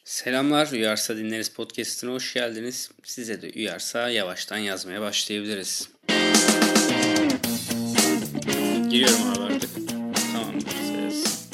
Selamlar, Uyarsa Dinleriz Podcast'ına hoş geldiniz. Size de uyarsa yavaştan yazmaya başlayabiliriz. Giriyorum abi artık. Tamam, ses.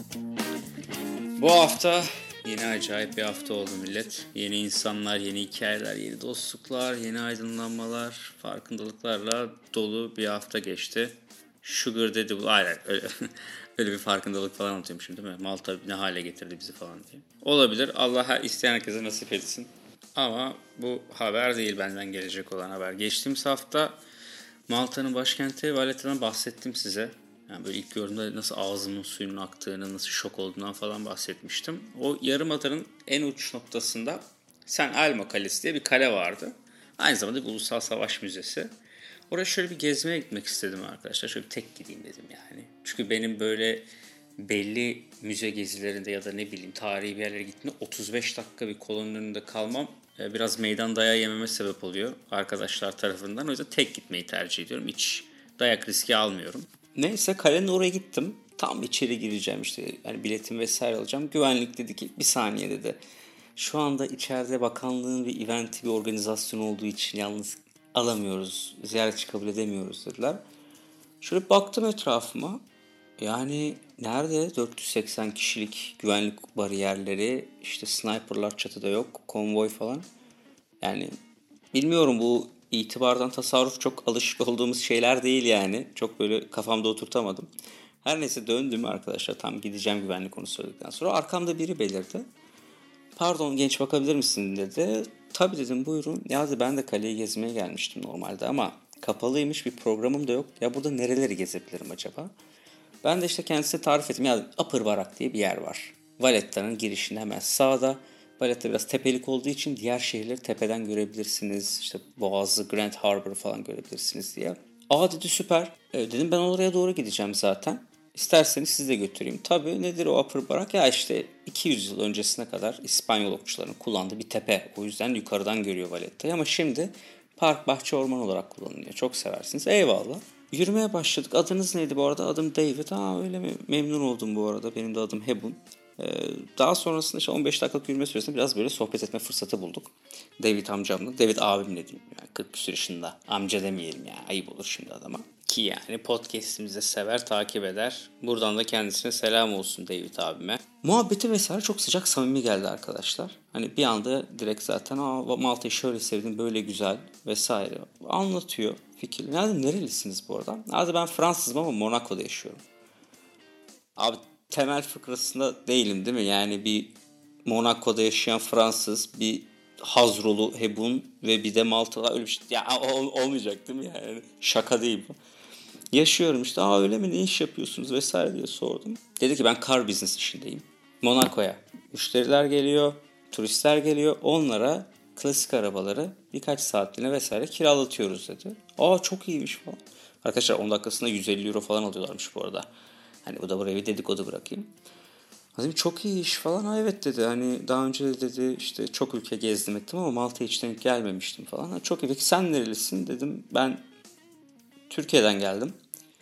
Bu hafta yeni acayip bir hafta oldu millet. Yeni insanlar, yeni hikayeler, yeni dostluklar, yeni aydınlanmalar, farkındalıklarla dolu bir hafta geçti. Sugar dedi bu. Hayır, öyle bir farkındalık falan anlatıyorum değil mi? Malta ne hale getirdi bizi falan diye. Olabilir. Allah isteyen herkese nasip etsin. Ama bu haber değil, benden gelecek olan haber. Geçtiğimiz hafta Malta'nın başkenti Valletta'dan bahsettim size. Yani böyle ilk gördüğümde nasıl ağzımın suyunun aktığını, nasıl şok olduğundan falan bahsetmiştim. O yarımadanın en uç noktasında San Elmo Kalesi diye bir kale vardı. Aynı zamanda bir ulusal savaş müzesi. Oraya şöyle bir gezmeye gitmek istedim arkadaşlar. Şöyle bir tek gideyim dedim yani. Çünkü benim böyle belli müze gezilerinde ya da ne bileyim tarihi bir yerlere gittiğimde 35 dakika bir kolonun önünde kalmam biraz meydan dayağı yememe sebep oluyor arkadaşlar tarafından. O yüzden tek gitmeyi tercih ediyorum. Hiç dayak riski almıyorum. Neyse kalenin oraya gittim. Tam içeri gireceğim işte. Yani biletimi vesaire alacağım. Güvenlik dedi ki bir saniye dedi. Şu anda içeride bakanlığın bir eventi, bir organizasyon olduğu için yalnız alamıyoruz. Ziyaretçi kabul edemiyoruz dediler. Şöyle baktım etrafıma. Yani nerede 480 kişilik güvenlik bariyerleri, işte sniperlar çatıda yok, konvoy falan. Yani bilmiyorum, bu itibardan tasarruf çok alışık olduğumuz şeyler değil yani. Çok böyle kafamda oturtamadım. Her neyse döndüm arkadaşlar, tam gideceğim güvenlik konusu söyledikten sonra. Arkamda biri belirdi. Pardon genç, bakabilir misin dedi. Tabii dedim, buyurun. Ya ben de kaleyi gezmeye gelmiştim normalde ama kapalıymış, bir programım da yok. Ya burada nereleri gezebilirim acaba? Ben de işte kendisine tarif ettim. Ya Upper Barak diye bir yer var. Valletta'nın girişinde hemen sağda. Valletta biraz tepelik olduğu için diğer şehirleri tepeden görebilirsiniz. İşte Boğazı, Grand Harbor falan görebilirsiniz diye. Aa dedi, süper. Dedim ben oraya doğru gideceğim zaten. İsterseniz sizi de götüreyim. Tabii, nedir o Upper Barak? Ya işte 200 yıl öncesine kadar İspanyol okçuların kullandığı bir tepe. O yüzden yukarıdan görüyor Valletta'yı ama şimdi park, bahçe, orman olarak kullanılıyor. Çok seversiniz. Eyvallah. Yürümeye başladık. Adınız neydi bu arada? Adım David. Ha öyle mi? Memnun oldum bu arada. Benim de adım Hebun. Daha sonrasında işte 15 dakikalık yürüme süresinde biraz böyle sohbet etme fırsatı bulduk. David amcamla. David abim ne diyeyim. Yani 40 küsur yaşında. Amca demeyelim yani. Ayıp olur şimdi adama. Ki yani podcast'imizi sever, takip eder. Buradan da kendisine selam olsun David abime. Muhabbeti vesaire çok sıcak, samimi geldi arkadaşlar. Hani bir anda direkt zaten Malta'yı şöyle sevdim, böyle güzel vesaire anlatıyor fikirleri. Yani nerelisiniz bu arada? Abi ben Fransızım ama Monaco'da yaşıyorum. Abi temel fıkrasında değilim değil mi? Yani bir Monaco'da yaşayan Fransız, bir Hazrolu Hebun ve bir de Maltalı, öyle bir şey. Ya olmayacak değil mi yani? Şaka değil bu. Yaşıyorum işte. Aa öyle mi, ne iş yapıyorsunuz vesaire diye sordum. Dedi ki ben car business işindeyim. Monaco'ya müşteriler geliyor, turistler geliyor. Onlara klasik arabaları birkaç saatliğine vesaire kiralatıyoruz dedi. Aa çok iyiymiş falan. Arkadaşlar 10 dakikasında 150 euro falan alıyorlarmış bu arada. Hani bu da buraya bir dedikodu bırakayım. Dedim çok iyi iş falan. Ha, evet dedi. Hani daha önce de dedi işte çok ülke gezdim ettim ama Malta'ya hiç denk gelmemiştim falan. Ha, çok iyi. Peki sen nerelisin dedim. Ben Türkiye'den geldim.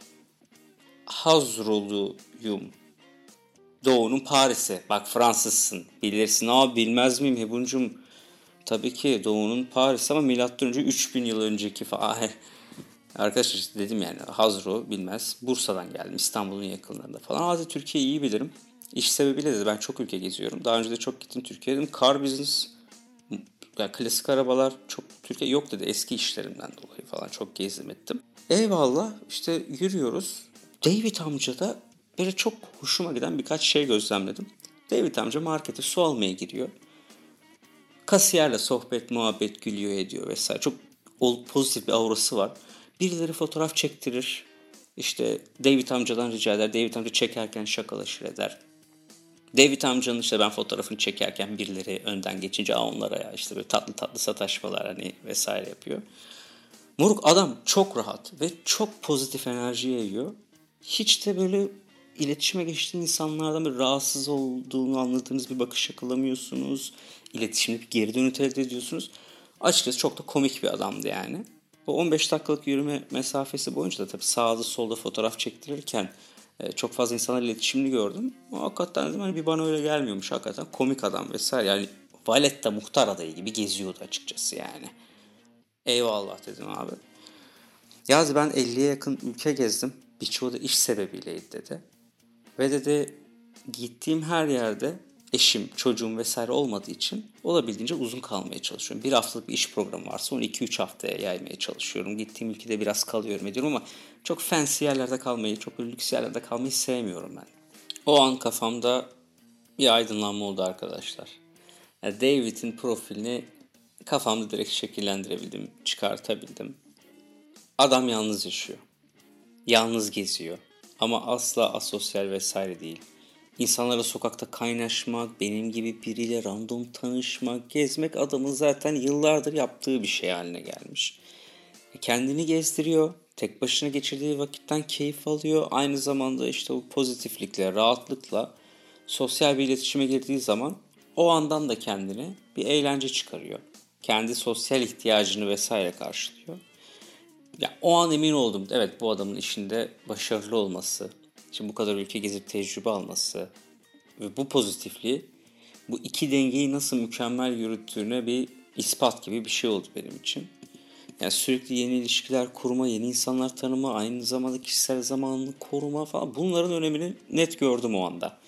Hazroluyum. Doğu'nun Paris'i. Bak Fransızsın. Bilirsin. Aa bilmez miyim Hebuncum? Tabii ki Doğu'nun Paris'i ama milattan önce 3000 yıl önceki falan. Arkadaşlar işte dedim yani Hazro bilmez. Bursa'dan geldim. İstanbul'un yakınlarında falan. Hadi Türkiye'yi iyi bilirim. İş sebebiyle dedi ben çok ülke geziyorum. Daha önce de çok gittim Türkiye'ye dedim. Car business, yani klasik arabalar çok Türkiye yok dedi. Eski işlerimden dolayı falan çok gezdim ettim. Eyvallah işte yürüyoruz. David amca da böyle çok hoşuma giden birkaç şey gözlemledim. David amca markete su almaya giriyor. Kasiyerle sohbet, muhabbet, gülüyor ediyor vesaire. Çok pozitif bir aurası var. Birileri fotoğraf çektirir. İşte David amcadan rica eder. David amca çekerken şakalaşır eder. David amcanın işte ben fotoğrafını çekerken birileri önden geçince onlara ya işte böyle tatlı tatlı sataşmalar hani vesaire yapıyor. Moruk adam çok rahat ve çok pozitif enerji yayıyor. Hiç de böyle iletişime geçtiğin insanlardan bir rahatsız olduğunu anladığınız bir bakış yakalamıyorsunuz. İletişimde bir geri dönüt elde ediyorsunuz. Açıkçası çok da komik bir adamdı yani. O 15 dakikalık yürüme mesafesi boyunca da tabii sağda solda fotoğraf çektirirken Çok fazla insanlarla iletişimini gördüm. O hakikaten dedim, hani bir bana öyle gelmiyormuş. Hakikaten komik adam vesaire. Yani Valletta muhtar adayı gibi geziyordu açıkçası yani. Eyvallah dedim abi. Yaz ben 50'ye yakın ülke gezdim. Birçoğu da iş sebebiyleydi dedi. Ve dedi gittiğim her yerde eşim, çocuğum vesaire olmadığı için olabildiğince uzun kalmaya çalışıyorum. Bir haftalık bir iş programı varsa onu 2-3 haftaya yaymaya çalışıyorum. Gittiğim ülkede biraz kalıyorum ediyorum ama çok fancy yerlerde kalmayı, çok lüks yerlerde kalmayı sevmiyorum ben. O an kafamda bir aydınlanma oldu arkadaşlar. Yani David'in profilini kafamda direkt şekillendirebildim, çıkartabildim. Adam yalnız yaşıyor. Yalnız geziyor. Ama asla asosyal vesaire değil. İnsanlara sokakta kaynaşmak, benim gibi biriyle random tanışmak, gezmek adamın zaten yıllardır yaptığı bir şey haline gelmiş. Kendini gezdiriyor, tek başına geçirdiği vakitten keyif alıyor. Aynı zamanda işte bu pozitiflikle, rahatlıkla sosyal bir iletişime girdiği zaman o andan da kendine bir eğlence çıkarıyor. Kendi sosyal ihtiyacını vesaire karşılıyor. Ya o an emin oldum. Evet, bu adamın işinde başarılı olması, şimdi bu kadar ülke gezip tecrübe alması ve bu pozitifliği, bu iki dengeyi nasıl mükemmel yürüttüğüne bir ispat gibi bir şey oldu benim için. Yani sürekli yeni ilişkiler kurma, yeni insanlar tanıma, aynı zamanda kişisel zamanını koruma falan, bunların önemini net gördüm o anda.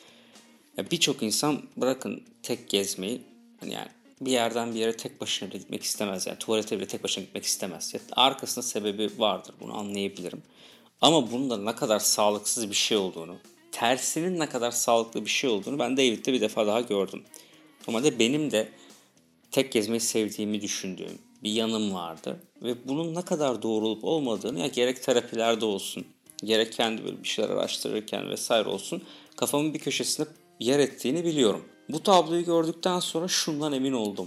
Ya birçok insan bırakın tek gezmeyi, yani bir yerden bir yere tek başına bile gitmek istemez. Yani tuvalete bile tek başına gitmek istemez. Yani arkasında sebebi vardır, bunu anlayabilirim. Ama bunun da ne kadar sağlıksız bir şey olduğunu, tersinin ne kadar sağlıklı bir şey olduğunu ben David'de bir defa daha gördüm. Normalde benim de tek gezmeyi sevdiğimi düşündüğüm bir yanım vardı. Ve bunun ne kadar doğru olup olmadığını, ya gerek terapilerde olsun, gerek kendi böyle bir şeyler araştırırken vesaire olsun, kafamın bir köşesinde yer ettiğini biliyorum. Bu tabloyu gördükten sonra şundan emin oldum.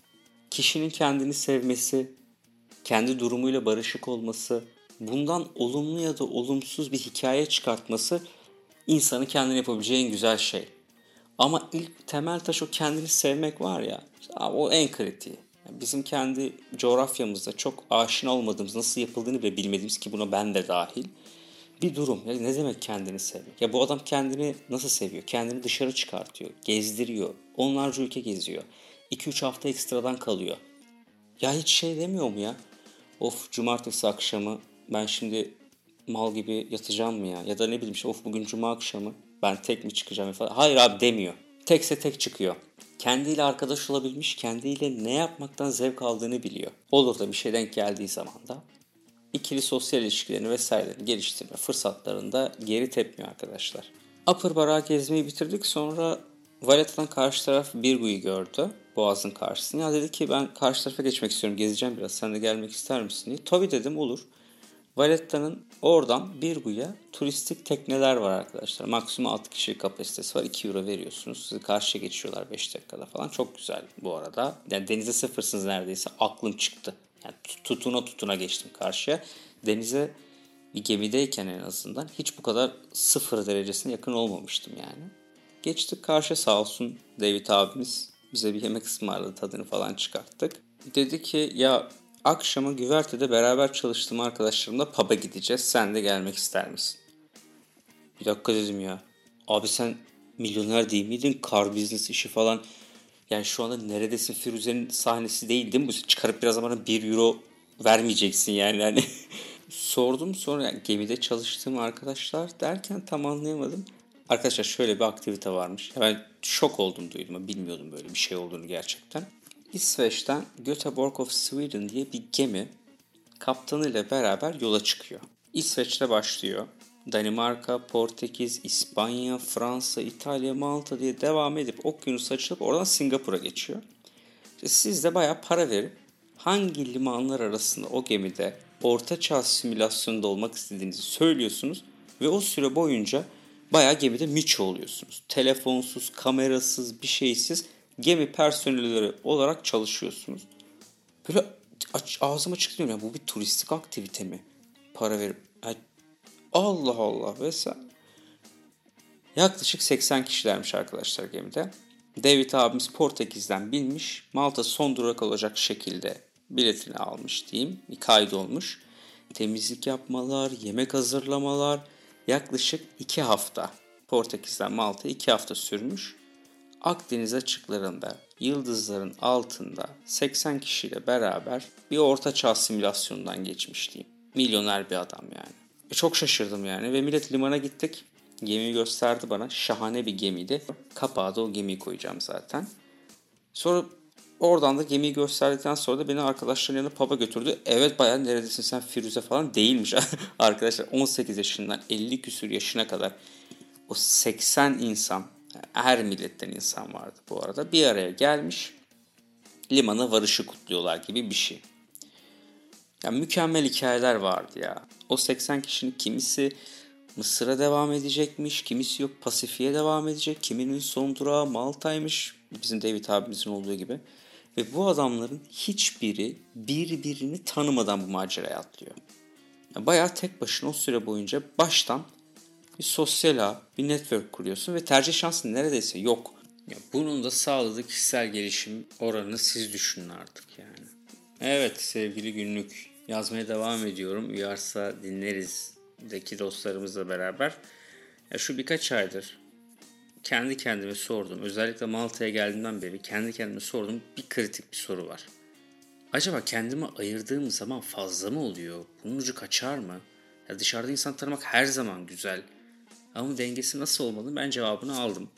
Kişinin kendini sevmesi, kendi durumuyla barışık olması, bundan olumlu ya da olumsuz bir hikaye çıkartması insanın kendini yapabileceği en güzel şey. Ama ilk temel taş, o kendini sevmek var ya, o en kritiği. Bizim kendi coğrafyamızda çok aşina olmadığımız, nasıl yapıldığını bile bilmediğimiz, ki buna ben de dahil, bir durum. Ya ne demek kendini sevmek? Ya bu adam kendini nasıl seviyor? Kendini dışarı çıkartıyor, gezdiriyor, onlarca ülke geziyor. 2-3 hafta ekstradan kalıyor. Ya hiç şey demiyor mu ya? Of, cumartesi akşamı ben şimdi mal gibi yatacağım mı ya? Ya da ne bileyim işte, of bugün cuma akşamı ben tek mi çıkacağım falan. Hayır abi demiyor. Tekse tek çıkıyor. Kendiyle arkadaş olabilmiş, kendiyle ne yapmaktan zevk aldığını biliyor. Olur da bir şey denk geldiği zaman da ikili sosyal ilişkilerini vesairelerini geliştirme fırsatlarında geri tepmiyor arkadaşlar. Upper Bar'a gezmeyi bitirdik. Sonra Valletta'dan karşı taraf Birgu'yu gördü. Boğaz'ın karşısında. Ya dedi ki ben karşı tarafa geçmek istiyorum, gezeceğim biraz. Sen de gelmek ister misin diye. Tabii dedim, olur. Valletta'nın oradan Birgu'ya turistik tekneler var arkadaşlar. Maksimum 6 kişilik kapasitesi var. 2 euro veriyorsunuz. Sizi karşıya geçiyorlar 5 dakikada falan. Çok güzel bu arada. Yani denize sıfırsınız neredeyse. Aklım çıktı. Yani tutuna geçtim karşıya. Denize bir gemideyken en azından hiç bu kadar sıfır derecesine yakın olmamıştım yani. Geçtik karşı, sağ olsun David abimiz bize bir yemek ısmarladı, tadını falan çıkarttık. Dedi ki ya akşama güvertede beraber çalıştığım arkadaşlarımla pub'a gideceğiz, sen de gelmek ister misin? Bir dakika dedim ya. Abi sen milyoner değil miydin? Car business işi falan. Yani şu anda neredesin Firuze'nin sahnesi değil mi bu? Çıkarıp biraz bana 1 euro vermeyeceksin yani. Sordum sonra, yani gemide çalıştığım arkadaşlar derken tam anlayamadım. Arkadaşlar şöyle bir aktivite varmış. Ben şok oldum duydum. Bilmiyordum böyle bir şey olduğunu gerçekten. İsveç'ten Göteborg of Sweden diye bir gemi kaptanıyla beraber yola çıkıyor. İsveç'te başlıyor. Danimarka, Portekiz, İspanya, Fransa, İtalya, Malta diye devam edip okyanus açılıp oradan Singapur'a geçiyor. İşte siz de bayağı para verip hangi limanlar arasında o gemide ortaçağ simülasyonunda olmak istediğinizi söylüyorsunuz ve o süre boyunca bayağı gemide miço oluyorsunuz. Telefonsuz, kamerasız, bir şeysiz gemi personelleri olarak çalışıyorsunuz. Böyle ağzıma çıktı diyorum ya, bu bir turistik aktivite mi? Para verip Allah Allah vesaire. Yaklaşık 80 kişilermiş arkadaşlar gemide. David abimiz Portekiz'den binmiş. Malta son durak olacak şekilde biletini almış diyeyim. Bir kaydolmuş. Temizlik yapmalar, yemek hazırlamalar, Yaklaşık 2 hafta Portekiz'den Malta'ya 2 hafta sürmüş. Akdeniz açıklarında yıldızların altında 80 kişiyle beraber bir ortaçağ simülasyonundan geçmiştim. Milyoner bir adam yani. Çok şaşırdım yani ve millet limana gittik. Gemiyi gösterdi bana. Şahane bir gemiydi. Kapağa da o gemiyi koyacağım zaten. Sonra oradan da gemiyi gösterdikten sonra da beni arkadaşların yanına pub'a götürdü. Evet bayağı neredesin sen Firuze falan değilmiş. Arkadaşlar 18 yaşından 50 küsur yaşına kadar o 80 insan, her milletten insan vardı bu arada, bir araya gelmiş limana varışı kutluyorlar gibi bir şey. Yani mükemmel hikayeler vardı ya. O 80 kişinin kimisi Mısır'a devam edecekmiş, kimisi yok Pasifik'e devam edecek, kiminin son durağı Malta'ymış, bizim David abimizin olduğu gibi. Ve bu adamların hiçbiri birbirini tanımadan bu maceraya atlıyor. Yani bayağı tek başına o süre boyunca baştan bir sosyal ağ, bir network kuruyorsun ve tercih şansın neredeyse yok. Ya bunun da sağladığı kişisel gelişim oranını siz düşünün artık yani. Evet sevgili günlük yazmaya devam ediyorum. Uyarsa dinlerizdeki dostlarımızla beraber. Ya şu birkaç aydır kendi kendime sordum. Özellikle Malta'ya geldiğimden beri kendi kendime sorduğum bir kritik bir soru var. Acaba kendime ayırdığım zaman fazla mı oluyor? Bunun ucu kaçar mı? Ya dışarıda insan tanımak her zaman güzel. Ama dengesi nasıl olmalı? Ben cevabını aldım.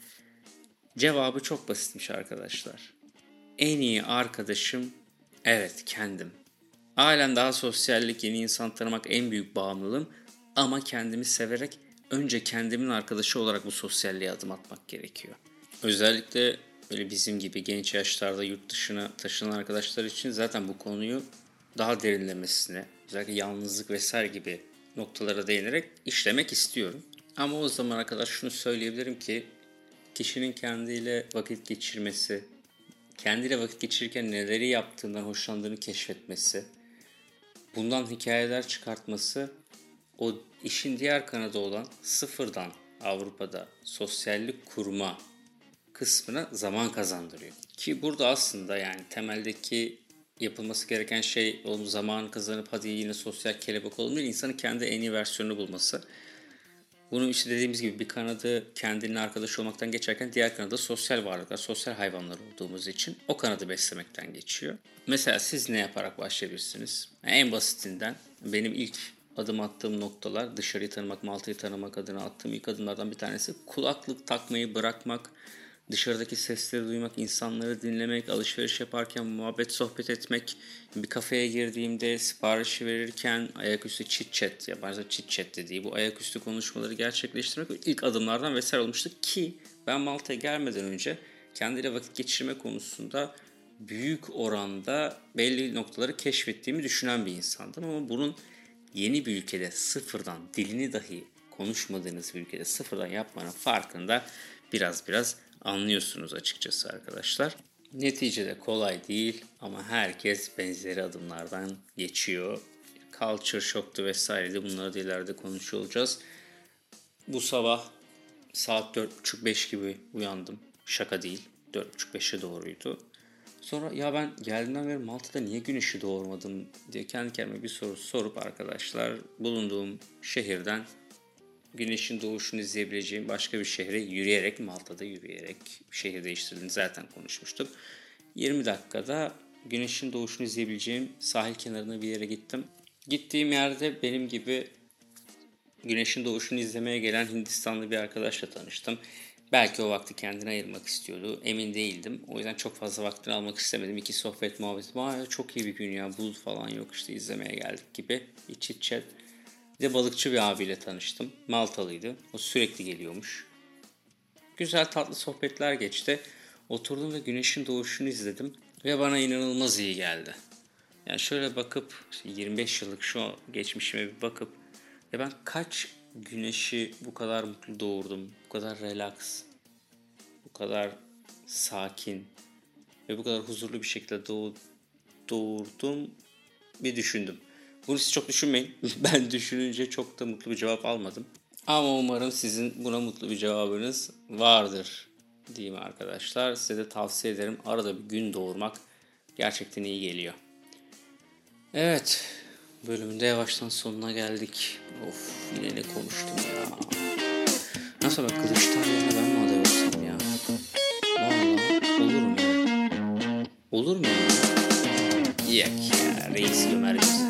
Cevabı çok basitmiş arkadaşlar. En iyi arkadaşım evet kendim. Halen daha sosyallik, yeni insan tanımak en büyük bağımlılığım. Ama kendimi severek önce kendimin arkadaşı olarak bu sosyalliğe adım atmak gerekiyor. Özellikle böyle bizim gibi genç yaşlarda yurt dışına taşınan arkadaşlar için zaten bu konuyu daha derinlemesine, özellikle yalnızlık vesaire gibi noktalara değinerek işlemek istiyorum. Ama o zamana kadar şunu söyleyebilirim ki kişinin kendiyle vakit geçirmesi, kendiyle vakit geçirirken neleri yaptığından hoşlandığını keşfetmesi, bundan hikayeler çıkartması, o işin diğer kanadı olan sıfırdan Avrupa'da sosyallik kurma kısmına zaman kazandırıyor. Ki burada aslında yani temeldeki yapılması gereken şey onun zaman kazanıp hadi yine sosyal kelebek olalım değil, insanın kendi en iyi versiyonunu bulması. Bunun işte dediğimiz gibi bir kanadı kendinin arkadaşı olmaktan geçerken diğer kanadı sosyal varlıklar, sosyal hayvanlar olduğumuz için o kanadı beslemekten geçiyor. Mesela siz ne yaparak başlayabilirsiniz? En basitinden benim ilk adım attığım noktalar dışarıyı tanımak, Malta'yı tanımak adına attığım ilk adımlardan bir tanesi kulaklık takmayı bırakmak, dışarıdaki sesleri duymak, insanları dinlemek, alışveriş yaparken muhabbet sohbet etmek, bir kafeye girdiğimde siparişi verirken ayaküstü chit chat, yabancıda chit chat dediği bu ayaküstü konuşmaları gerçekleştirmek ilk adımlardan vesaire olmuştu ki ben Malta'ya gelmeden önce kendiyle vakit geçirme konusunda büyük oranda belli noktaları keşfettiğimi düşünen bir insandım ama bunun yeni bir ülkede sıfırdan dilini dahi konuşmadığınız bir ülkede sıfırdan yapmanın farkında biraz anlıyorsunuz açıkçası arkadaşlar. Neticede kolay değil ama herkes benzeri adımlardan geçiyor. Culture shock'tu vesaire bunları da ileride konuşuyor olacağız. Bu sabah saat 4.30-5 gibi uyandım. Şaka değil. 4.30-5'e doğruydu. Sonra ya ben geldiğimden beri Malta'da niye güneşi doğurmadım diye kendi kendime bir soru sorup arkadaşlar bulunduğum şehirden güneşin doğuşunu izleyebileceğim başka bir şehre yürüyerek, Malta'da yürüyerek şehir değiştirdiğini zaten konuşmuştuk. 20 dakikada güneşin doğuşunu izleyebileceğim sahil kenarına bir yere gittim. Gittiğim yerde benim gibi güneşin doğuşunu izlemeye gelen Hindistanlı bir arkadaşla tanıştım. Belki o vakti kendine ayırmak istiyordu. Emin değildim. O yüzden çok fazla vaktini almak istemedim. İki sohbet muhabbet. Vay çok iyi bir gün ya. Bulut falan yok işte izlemeye geldik gibi. Bir chit chat. Bir de balıkçı bir abiyle tanıştım. Maltalıydı. O sürekli geliyormuş. Güzel tatlı sohbetler geçti. Oturdum ve güneşin doğuşunu izledim. Ve bana inanılmaz iyi geldi. Yani şöyle bakıp işte 25 yıllık şu geçmişime bir bakıp ya ben kaç güneşi bu kadar mutlu doğurdum. Bu kadar relax. Bu kadar sakin. Ve bu kadar huzurlu bir şekilde doğurdum. Bir düşündüm. Bunu siz çok düşünmeyin. Ben düşününce çok da mutlu bir cevap almadım. Ama umarım sizin buna mutlu bir cevabınız vardır diyeyim arkadaşlar. Size de tavsiye ederim. Arada bir gün doğurmak gerçekten iyi geliyor. Evet. bölümünde yavaştan sonuna geldik. Of, yine ne konuştum ya. Nasıl bak, Kılıçdaroğlu'na ben mi aday olsam ya? Vallahi olur mu ya? Olur mu ya? Yok ya, reis gömer bizi.